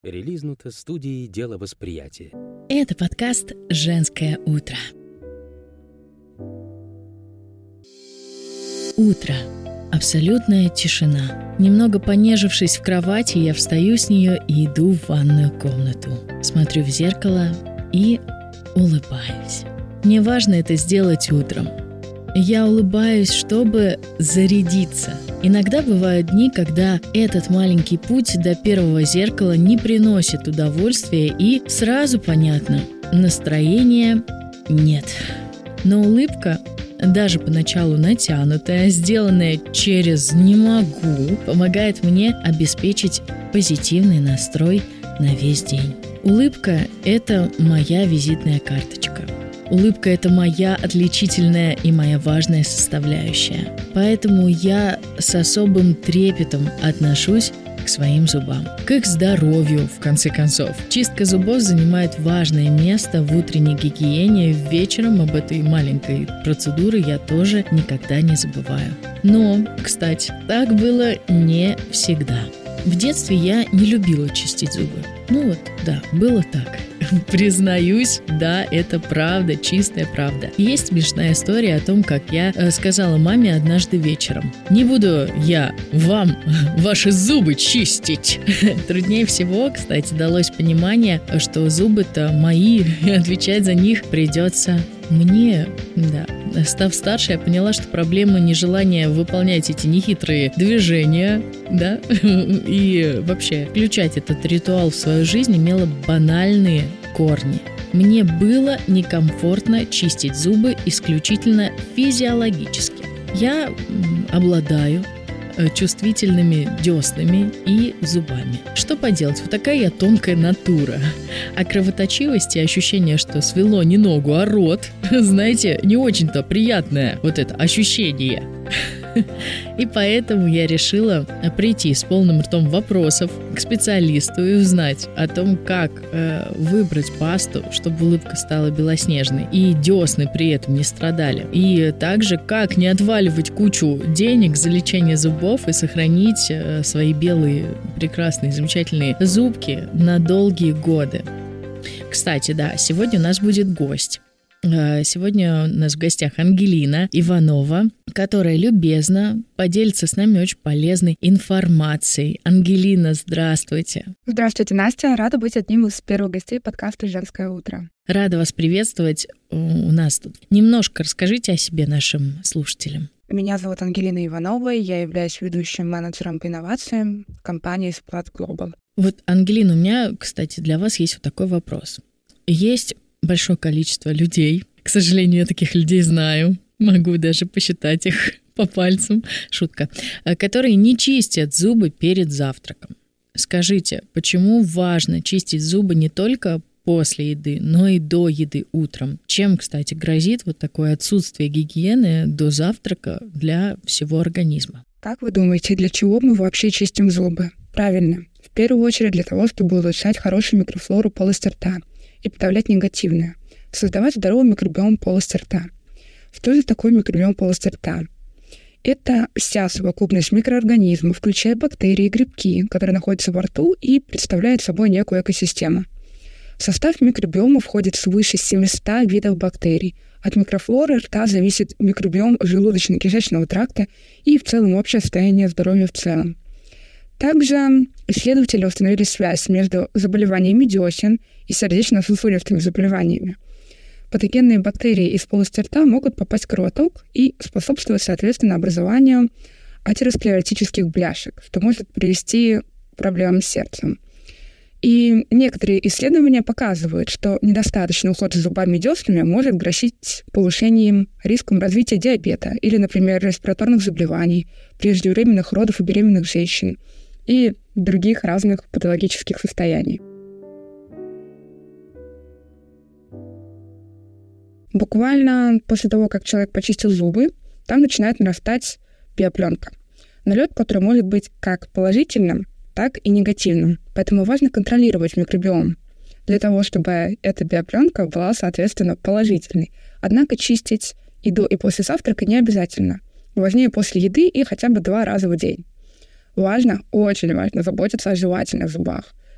Релизнуто студией «Дело восприятия». Это подкаст «Женское утро». Утро. Абсолютная тишина. Немного понежившись в кровати, я встаю с нее и иду в ванную комнату. Смотрю в зеркало и улыбаюсь. Мне важно это сделать утром. Я улыбаюсь, чтобы зарядиться. Иногда бывают дни, когда этот маленький путь до первого зеркала не приносит удовольствия, и сразу понятно – настроения нет. Но улыбка, даже поначалу натянутая, сделанная через «не могу», помогает мне обеспечить позитивный настрой на весь день. Улыбка – это моя визитная карточка. Улыбка – это моя отличительная и моя важная составляющая. Поэтому я с особым трепетом отношусь к своим зубам. К их здоровью, в конце концов. Чистка зубов занимает важное место в утренней гигиене. Вечером об этой маленькой процедуре я тоже никогда не забываю. Но, кстати, так было не всегда. В детстве я не любила чистить зубы. Да, было так. Признаюсь, да, это правда, чистая правда. Есть смешная история о том, как я сказала маме однажды вечером: «Не буду я вам ваши зубы чистить». Труднее всего, кстати, далось понимание, что зубы-то мои, и отвечать за них придется мне. Да. Став старше, я поняла, что проблема нежелания выполнять эти нехитрые движения, да, и вообще включать этот ритуал в свою жизнь имела банальные корни. Мне было некомфортно чистить зубы исключительно физиологически. Я обладаю чувствительными деснами и зубами. Что поделать, вот такая я тонкая натура. А кровоточивость и ощущение, что свело не ногу, а рот, знаете, не очень-то приятное вот это ощущение. И поэтому я решила прийти с полным ртом вопросов к специалисту и узнать о том, как выбрать пасту, чтобы улыбка стала белоснежной, и десны при этом не страдали. И также, как не отваливать кучу денег за лечение зубов и сохранить свои белые, прекрасные, замечательные зубки на долгие годы. Кстати, да, сегодня у нас будет гость. Сегодня у нас в гостях Ангелина Иванова, которая любезно поделится с нами очень полезной информацией. Ангелина, здравствуйте. Здравствуйте, Настя. Рада быть одним из первых гостей подкаста «Женское утро». Рада вас приветствовать у нас тут. Немножко расскажите о себе нашим слушателям. Меня зовут Ангелина Иванова, и я являюсь ведущим менеджером по инновациям компании Splat Global. Вот, Ангелина, у меня, кстати, для вас есть вот такой вопрос. Есть большое количество людей, к сожалению, я таких людей знаю, могу даже посчитать их по пальцам, шутка, которые не чистят зубы перед завтраком. Скажите, почему важно чистить зубы не только после еды, но и до еды утром? Чем, кстати, грозит вот такое отсутствие гигиены до завтрака для всего организма? Как вы думаете, для чего мы вообще чистим зубы? Правильно, в первую очередь для того, чтобы улучшать хорошую микрофлору полости рта и подавлять негативное, создавать здоровый микробиом полости рта. Что же такое микробиом полости рта? Это вся совокупность микроорганизмов, включая бактерии и грибки, которые находятся во рту и представляют собой некую экосистему. В состав микробиома входит свыше 700 видов бактерий. От микрофлоры рта зависит микробиом желудочно-кишечного тракта и в целом общее состояние здоровья в целом. Также исследователи установили связь между заболеваниями десен и сердечно-сосудистыми заболеваниями. Патогенные бактерии из полости рта могут попасть в кровоток и способствовать, соответственно, образованию атеросклеротических бляшек, что может привести к проблемам с сердцем. И некоторые исследования показывают, что недостаточный уход за зубами и деснами может грозить повышением риском развития диабета или, например, респираторных заболеваний, преждевременных родов у беременных женщин и других разных патологических состояний. Буквально после того, как человек почистил зубы, там начинает нарастать биопленка. Налет, который может быть как положительным, так и негативным. Поэтому важно контролировать микробиом для того, чтобы эта биопленка была, соответственно, положительной. Однако чистить и до, и после завтрака не обязательно. Важнее после еды и хотя бы 2 раза в день. Важно, очень важно заботиться о жевательных зубах.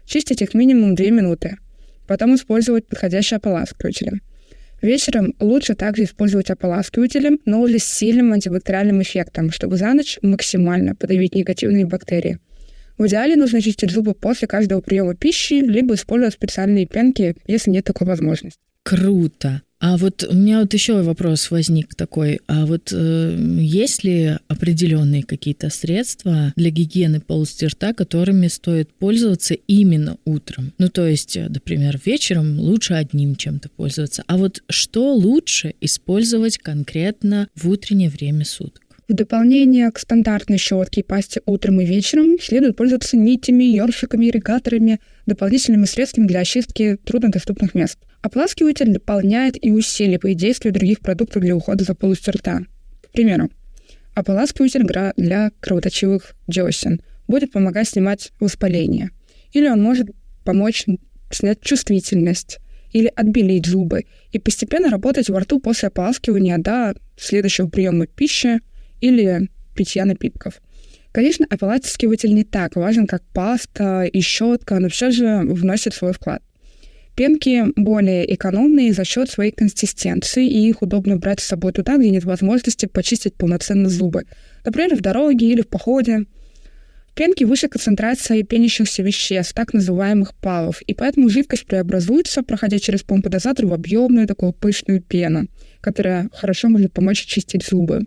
Чистить их минимум 2 минуты. Потом использовать подходящие ополаскиватели. Вечером лучше также использовать ополаскиватели, но уже с сильным антибактериальным эффектом, чтобы за ночь максимально подавить негативные бактерии. В идеале нужно чистить зубы после каждого приема пищи, либо использовать специальные пенки, если нет такой возможности. Круто. А вот у меня вот еще вопрос возник такой. А вот есть ли определенные какие-то средства для гигиены полости рта, которыми стоит пользоваться именно утром? Ну, то есть, например, вечером лучше одним чем-то пользоваться. А вот что лучше использовать конкретно в утреннее время суток? В дополнение к стандартной щетке и пасте утром и вечером следует пользоваться нитями, ёршиками, ирригаторами, дополнительными средствами для очистки труднодоступных мест. Ополаскиватель дополняет и усиливает действие других продуктов для ухода за полостью рта. К примеру, ополаскиватель для кровоточивых десен будет помогать снимать воспаление. Или он может помочь снять чувствительность или отбелить зубы и постепенно работать во рту после ополаскивания до следующего приема пищи или питья напитков. Конечно, ополаскиватель не так важен, как паста и щетка, но все же вносит свой вклад. Пенки более экономные за счет своей консистенции, и их удобно брать с собой туда, где нет возможности почистить полноценно зубы. Например, в дороге или в походе. В пенке выше концентрация пенящихся веществ, так называемых ПАВов, и поэтому жидкость преобразуется, проходя через помподозатор, в объемную такую пышную пену, которая хорошо может помочь очистить зубы.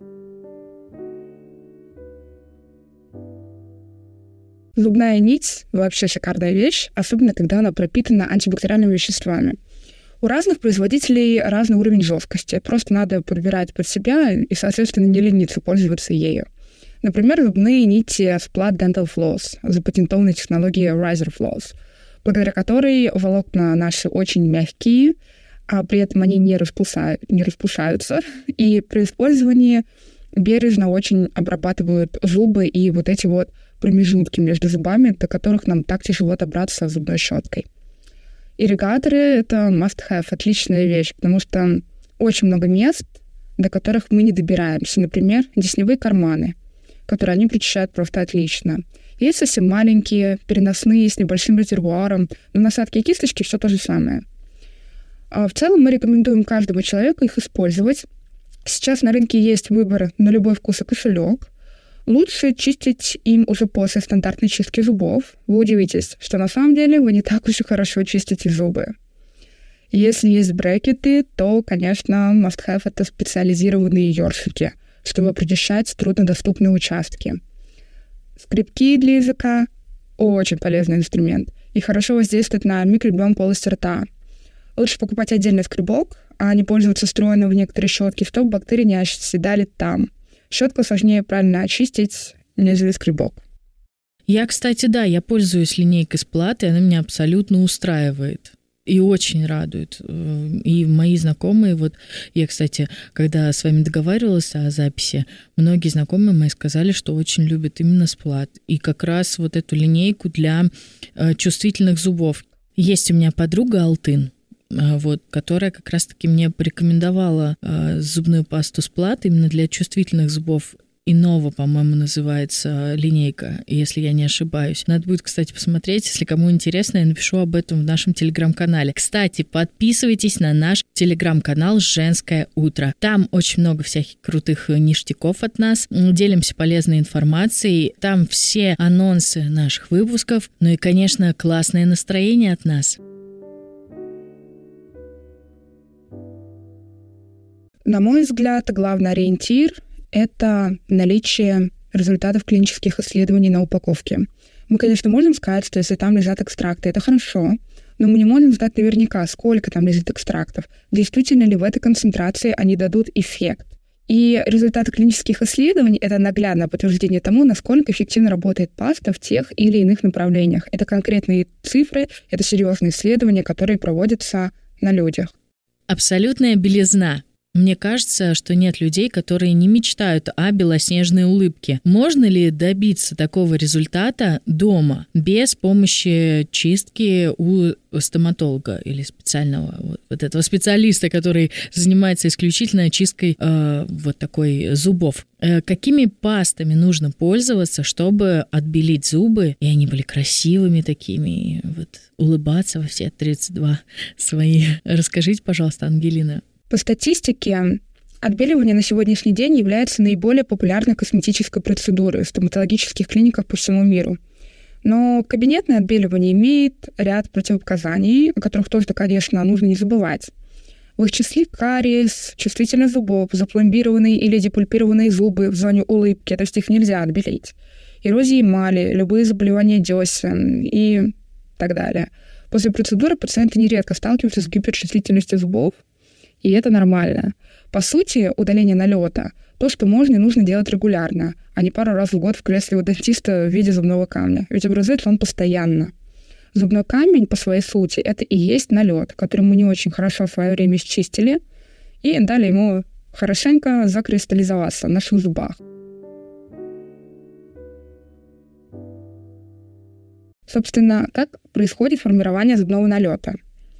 Зубная нить – вообще шикарная вещь, особенно когда она пропитана антибактериальными веществами. У разных производителей разный уровень жесткости. Просто надо подбирать под себя и, соответственно, не лениться пользоваться ею. Например, зубные нити Splat Dental Floss, запатентованной технологией Riser Floss, благодаря которой волокна наши очень мягкие, а при этом они не распушаются, и при использовании бережно очень обрабатывают зубы и вот эти вот промежутки между зубами, до которых нам так тяжело добраться зубной щеткой. Ирригаторы — это must-have, отличная вещь, потому что очень много мест, до которых мы не добираемся. Например, десневые карманы, которые они прочищают просто отлично. Есть совсем маленькие, переносные, с небольшим резервуаром, но насадки и кисточки — все то же самое. В целом мы рекомендуем каждому человеку их использовать. Сейчас на рынке есть выбор на любой вкус и кошелек. Лучше чистить им уже после стандартной чистки зубов. Вы удивитесь, что на самом деле вы не так уж и хорошо чистите зубы. Если есть брекеты, то, конечно, must-have — это специализированные ёршики, чтобы прочищать труднодоступные участки. Скребки для языка — очень полезный инструмент и хорошо воздействует на микробиом полости рта. Лучше покупать отдельный скребок, а не пользоваться встроенным в некоторые щетки, чтобы бактерии не оседали там. Щетку сложнее правильно очистить, нежели скребок. Я, кстати, я пользуюсь линейкой Splat, и она меня абсолютно устраивает. И очень радует. И мои знакомые, вот я, кстати, когда с вами договаривалась о записи, многие знакомые мои сказали, что очень любят именно Splat. И как раз вот эту линейку для чувствительных зубов. Есть у меня подруга Алтын, которая как раз-таки мне порекомендовала зубную пасту Splat именно для чувствительных зубов. Инова, по-моему, называется линейка, если я не ошибаюсь. Надо будет, кстати, посмотреть. Если кому интересно, я напишу об этом в нашем телеграм-канале. Кстати, подписывайтесь на наш телеграм-канал «Женское утро». Там очень много всяких крутых ништяков от нас. Делимся полезной информацией. Там все анонсы наших выпусков. Ну и, конечно, классное настроение от нас. На мой взгляд, главный ориентир — это наличие результатов клинических исследований на упаковке. Мы, конечно, можем сказать, что если там лежат экстракты, это хорошо, но мы не можем знать наверняка, сколько там лежит экстрактов, действительно ли в этой концентрации они дадут эффект. И результаты клинических исследований — это наглядное подтверждение тому, насколько эффективно работает паста в тех или иных направлениях. Это конкретные цифры, это серьезные исследования, которые проводятся на людях. Абсолютная белизна. Мне кажется, что нет людей, которые не мечтают о белоснежной улыбке. Можно ли добиться такого результата дома без помощи чистки у стоматолога или специального вот этого специалиста, который занимается исключительно чисткой вот такой зубов? Какими пастами нужно пользоваться, чтобы отбелить зубы, и они были красивыми такими, и вот улыбаться во все 32 свои? Расскажите, пожалуйста, Ангелина. По статистике, отбеливание на сегодняшний день является наиболее популярной косметической процедурой в стоматологических клиниках по всему миру. Но кабинетное отбеливание имеет ряд противопоказаний, о которых тоже, конечно, нужно не забывать. В их числе кариес, чувствительность зубов, запломбированные или депульпированные зубы в зоне улыбки, то есть их нельзя отбелить, эрозия эмали, любые заболевания десен и так далее. После процедуры пациенты нередко сталкиваются с гиперчувствительностью зубов, и это нормально. По сути, удаление налета – то, что можно и нужно делать регулярно, а не пару раз в год в кресле у дентиста в виде зубного камня. Ведь образуется он постоянно. Зубной камень, по своей сути, это и есть налет, который мы не очень хорошо в свое время счистили, и дали ему хорошенько закристаллизоваться в наших зубах. Собственно, как происходит формирование зубного налета?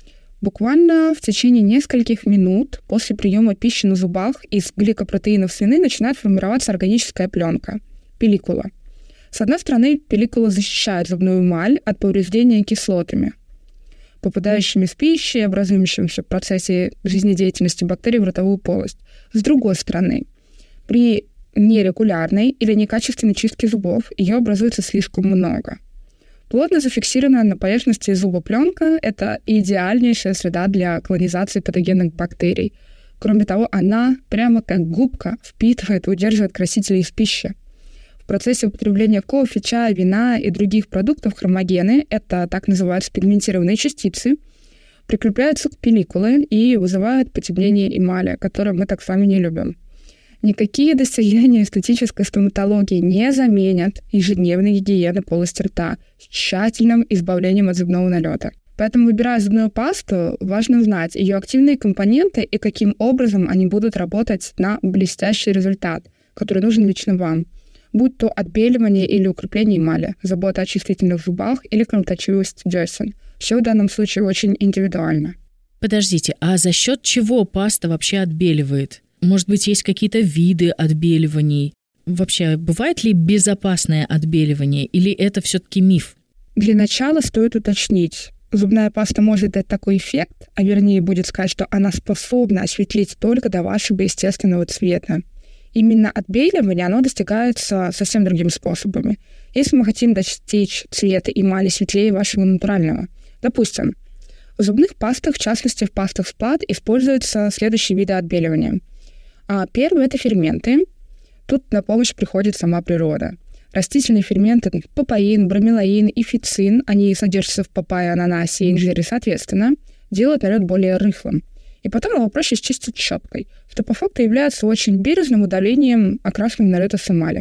Буквально в течение нескольких минут после приема пищи на зубах из гликопротеинов свины начинает формироваться органическая пленка – пелликула. С одной стороны, пелликула защищает зубную эмаль от повреждения кислотами, попадающими в пищу и образующимися в процессе жизнедеятельности бактерий в ротовую полость. С другой стороны, при нерегулярной или некачественной чистке зубов ее образуется слишком много. Плотно зафиксированная на поверхности зуба пленка – это идеальнейшая среда для колонизации патогенных бактерий. Кроме того, она прямо как губка впитывает и удерживает красители из пищи. В процессе употребления кофе, чая, вина и других продуктов хромогены – это так называемые пигментированные частицы – прикрепляются к пелликуле и вызывают потемнение эмали, которое мы так с вами не любим. Никакие достижения эстетической стоматологии не заменят ежедневной гигиены полости рта с тщательным избавлением от зубного налета. Поэтому, выбирая зубную пасту, важно знать ее активные компоненты и каким образом они будут работать на блестящий результат, который нужен лично вам. Будь то отбеливание или укрепление эмали, забота о чувствительных зубах или кровоточивость десен. Все в данном случае очень индивидуально. Подождите, а за счет чего паста вообще отбеливает? Может быть, есть какие-то виды отбеливаний? Вообще, бывает ли безопасное отбеливание, или это все-таки миф? Для начала стоит уточнить. Зубная паста может дать такой эффект, а вернее будет сказать, что она способна осветлить только до вашего естественного цвета. Именно отбеливание, оно достигается совсем другими способами. Если мы хотим достичь цвета эмали светлее вашего натурального. Допустим, в зубных пастах, в частности в пастах Splat, используются следующие виды отбеливания. Первый – это ферменты. Тут на помощь приходит сама природа. Растительные ферменты – папаин, бромелаин и фицин, они содержатся в папайе, ананасе и инжире соответственно, делают налет более рыхлым. И потом его проще счистить щеткой, что по факту является очень бережным удалением окрашенного налета с эмали.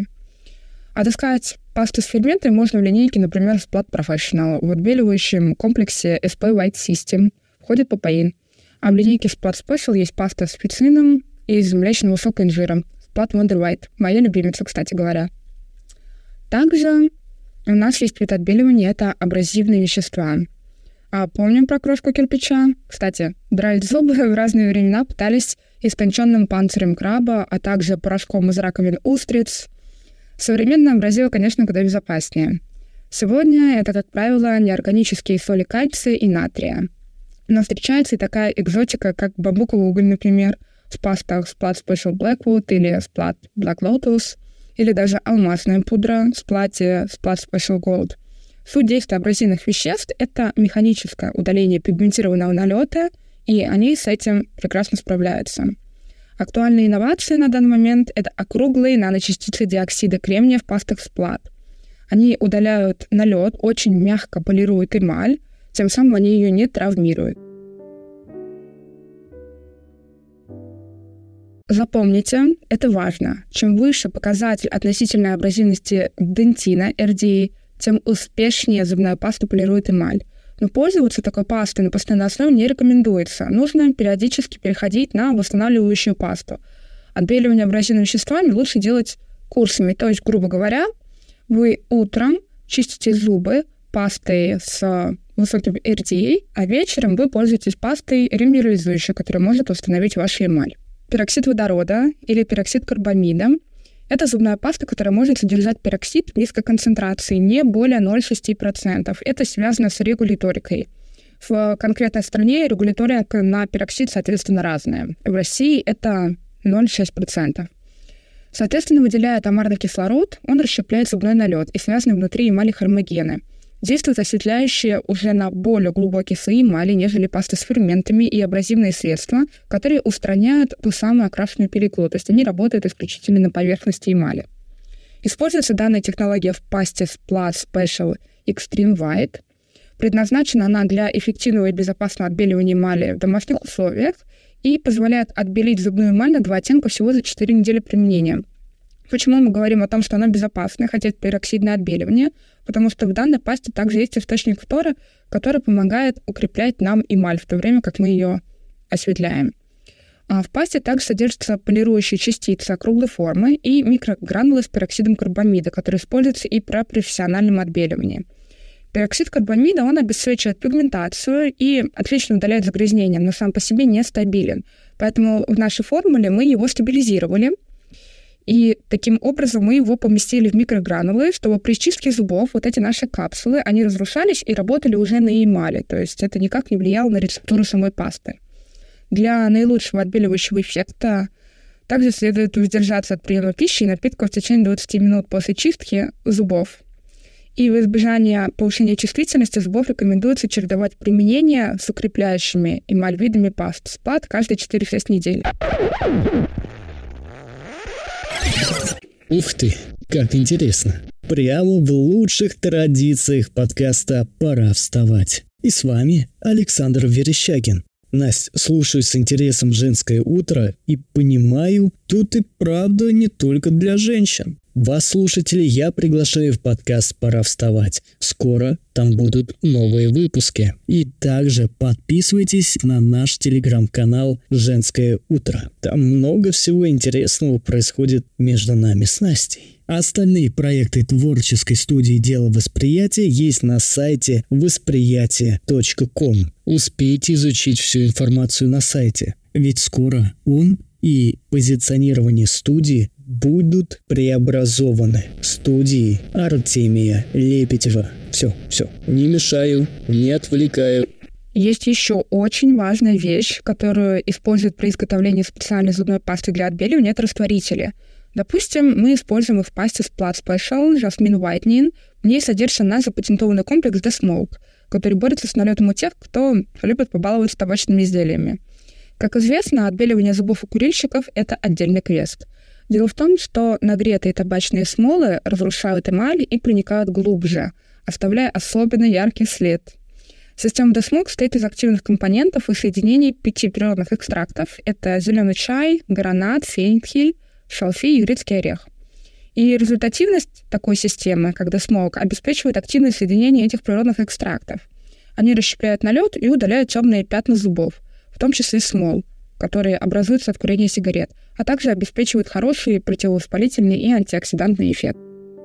Отыскать пасту с ферментами можно в линейке, например, Splat Professional. В отбеливающем комплексе SP White System входит папаин, а в линейке Splat Special есть паста с фицином из млечного сока инжира. Splat Wonder White. Моя любимица, кстати говоря. Также у нас есть вид отбеливания – это абразивные вещества. Помним про крошку кирпича? Кстати, драить зубы в разные времена пытались истонченным панцирем краба, а также порошком из раковин устриц. Современное абразиво, конечно, куда безопаснее. Сегодня это, как правило, неорганические соли кальция и натрия. Но встречается и такая экзотика, как бамбуковый уголь, например, в пастах Splat Special Blackwood или Splat Black Lotus, или даже алмазная пудра в Splat Special Gold. Суть действия абразивных веществ – это механическое удаление пигментированного налета, и они с этим прекрасно справляются. Актуальные инновации на данный момент – это округлые наночастицы диоксида кремния в пастах Splat. Они удаляют налет, очень мягко полируют эмаль, тем самым они ее не травмируют. Запомните, это важно. Чем выше показатель относительной абразивности дентина, RDA, тем успешнее зубная паста полирует эмаль. Но пользоваться такой пастой на постоянной основе не рекомендуется. Нужно периодически переходить на восстанавливающую пасту. Отбеливание абразивными веществами лучше делать курсами. То есть, грубо говоря, вы утром чистите зубы пастой с высоким RDA, а вечером вы пользуетесь пастой реминерализующей, которая может восстановить вашу эмаль. Пероксид водорода или пероксид карбамида – это зубная паста, которая может содержать пероксид низкой концентрации, не более 0,6%. Это связано с регуляторикой. В конкретной стране регуляторика на пероксид, соответственно, разная. В России это 0,6%. Соответственно, выделяя амарный кислород, он расщепляет зубной налет и связанные внутри эмали хромогены. Действуют осветляющие уже на более глубокие слои эмали, нежели пасты с ферментами и абразивные средства, которые устраняют ту самую окрашенную пиликлу, то есть они работают исключительно на поверхности эмали. Используется данная технология в пасте Splat Special Extreme White. Предназначена она для эффективного и безопасного отбеливания эмали в домашних условиях и позволяет отбелить зубную эмаль на 2 оттенка всего за 4 недели применения. Почему мы говорим о том, что она безопасна, хотя это пероксидное отбеливание? Потому что в данной пасте также есть источник фтора, который помогает укреплять нам эмаль в то время, как мы ее осветляем. А в пасте также содержатся полирующие частицы округлой формы и микрогранулы с пероксидом карбамида, которые используются и при профессиональном отбеливании. Пероксид карбамида, он обесцвечивает пигментацию и отлично удаляет загрязнения, но сам по себе не стабилен. Поэтому в нашей формуле мы его стабилизировали, и таким образом мы его поместили в микрогранулы, чтобы при чистке зубов вот эти наши капсулы, они разрушались и работали уже на эмали, то есть это никак не влияло на рецептуру самой пасты. Для наилучшего отбеливающего эффекта также следует воздержаться от приема пищи и напитков в течение 20 минут после чистки зубов. И в избежание повышения чувствительности зубов рекомендуется чередовать применение с укрепляющими эмаль видами паст Splat каждые 4-6 недель. Ух ты, как интересно. Прямо в лучших традициях подкаста «Пора вставать». И с вами Александр Верещагин. Настя, слушаю с интересом «Женское утро» и понимаю, тут и правда не только для женщин. Вас, слушателей, я приглашаю в подкаст «Пора вставать». Скоро там будут новые выпуски. И также подписывайтесь на наш телеграм-канал «Женское утро». Там много всего интересного происходит между нами с Настей. Остальные проекты творческой студии «Дело восприятия» есть на сайте восприятие.ком. Успейте изучить всю информацию на сайте, ведь скоро он и позиционирование студии будут преобразованы. Студии Артемия Лепетева. Все, не мешаю, не отвлекаю. Есть еще очень важная вещь, которую используют при изготовлении специальной зубной пасты для отбеливания, это растворители. Допустим, мы используем их в пасте Splat Special Jasmine Whitening. В ней содержится наш запатентованный комплекс The Smoke, который борется с налетом у тех, кто любит побаловаться табачными изделиями. Как известно, отбеливание зубов у курильщиков – это отдельный квест. Дело в том, что нагретые табачные смолы разрушают эмаль и проникают глубже, оставляя особенно яркий след. Система The Smoke состоит из активных компонентов и соединений 5 природных экстрактов. Это зеленый чай, гранат, фенхель, шалфей и грецкий орех. И результативность такой системы, как The Smoke, обеспечивает активное соединение этих природных экстрактов. Они расщепляют налет и удаляют темные пятна зубов, в том числе смол, которые образуются от курения сигарет, а также обеспечивают хороший противовоспалительный и антиоксидантный эффект.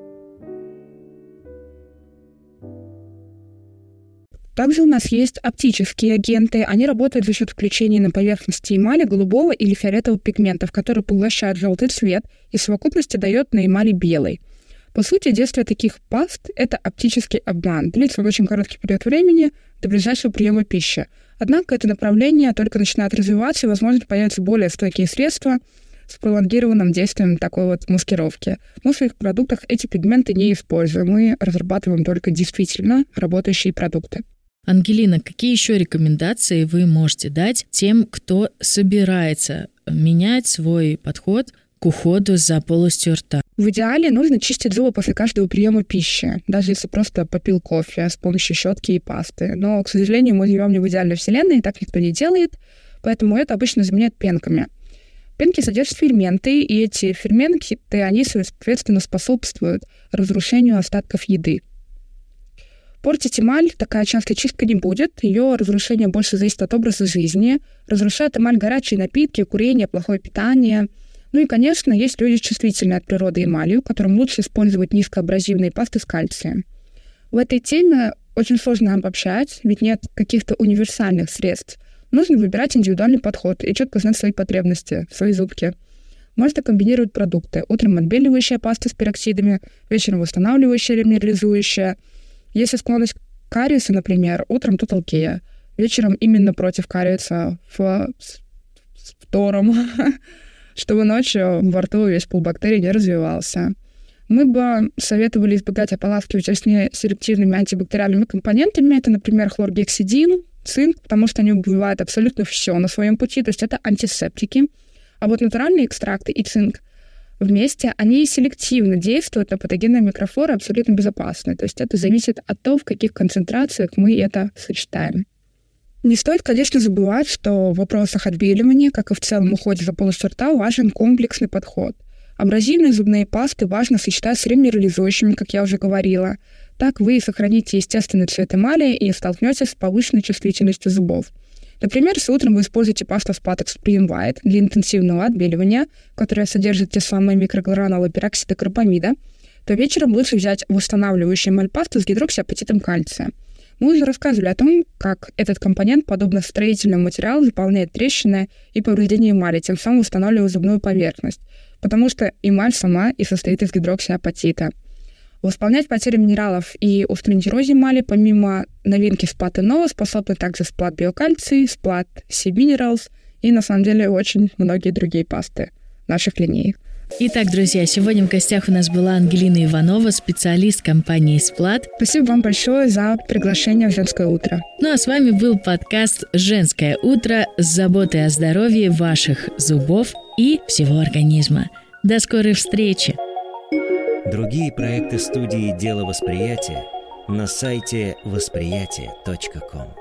Также у нас есть оптические агенты. Они работают за счет включения на поверхности эмали голубого или фиолетового пигментов, которые поглощают желтый цвет и в совокупности дает на эмали белый. По сути, действие таких паст – это оптический обман. Длится очень короткий период времени до ближайшего приема пищи. Однако это направление только начинает развиваться, и, возможно, появятся более стойкие средства с пролонгированным действием такой вот маскировки. Но в своих продуктах эти пигменты не используем. Мы разрабатываем только действительно работающие продукты. Ангелина, какие еще рекомендации вы можете дать тем, кто собирается менять свой подход к уходу за полостью рта? В идеале нужно чистить зубы после каждого приема пищи, даже если просто попил кофе с помощью щетки и пасты. Но, к сожалению, мы живем не в идеальной вселенной, и так никто не делает, поэтому это обычно заменяют пенками. Пенки содержат ферменты, и эти ферменты, они, соответственно, способствуют разрушению остатков еды. Портить эмаль такая частая чистка не будет. Ее разрушение больше зависит от образа жизни. Разрушает эмаль горячие напитки, курение, плохое питание. Ну и, конечно, есть люди, чувствительные от природы эмалью, которым лучше использовать низкоабразивные пасты с кальцием. В этой теме очень сложно обобщать, ведь нет каких-то универсальных средств. Нужно выбирать индивидуальный подход и четко знать свои потребности, свои зубки. Можно комбинировать продукты. Утром отбеливающая паста с пероксидами, вечером восстанавливающая или минерализующая. Если склонность к кариесу, например, утром Total Care, вечером именно против кариеса фтором, чтобы ночью во рту весь пул бактерий не развивался. Мы бы советовали избегать ополаскивателей с неселективными антибактериальными компонентами. Это, например, хлоргексидин, цинк, потому что они убивают абсолютно все на своем пути, то есть это антисептики. А вот натуральные экстракты и цинк вместе, они селективно действуют на патогенные микрофлоры, абсолютно безопасны. То есть это зависит от того, в каких концентрациях мы это сочетаем. Не стоит, конечно, забывать, что в вопросах отбеливания, как и в целом уходе за полостью рта, важен комплексный подход. Абразивные зубные пасты важно сочетать с реминерализующими, как я уже говорила. Так вы сохраните естественный цвет эмали и столкнетесь с повышенной чувствительностью зубов. Например, если утром вы используете пасту Spatex Spring White для интенсивного отбеливания, которая содержит те самые микрогранулы пероксида карбамида, то вечером лучше взять восстанавливающую эмаль-пасту с гидроксиапатитом кальция. Мы уже рассказывали о том, как этот компонент, подобно строительному материалу, заполняет трещины и повреждения эмали, тем самым устанавливая зубную поверхность, потому что эмаль сама и состоит из гидроксиапатита. Восполнять потери минералов и устранить эрозию эмали, помимо новинки Splat Nova, способны также Splat Biocalci, Splat C-Minerals и, на самом деле, очень многие другие пасты наших линеек. Итак, друзья, сегодня в гостях у нас была Ангелина Иванова, специалист компании Splat. Спасибо вам большое за приглашение в «Женское утро». Ну а с вами был подкаст «Женское утро» с заботой о здоровье ваших зубов и всего организма. До скорой встречи! Другие проекты студии «Дело восприятия» на сайте восприятие.ком.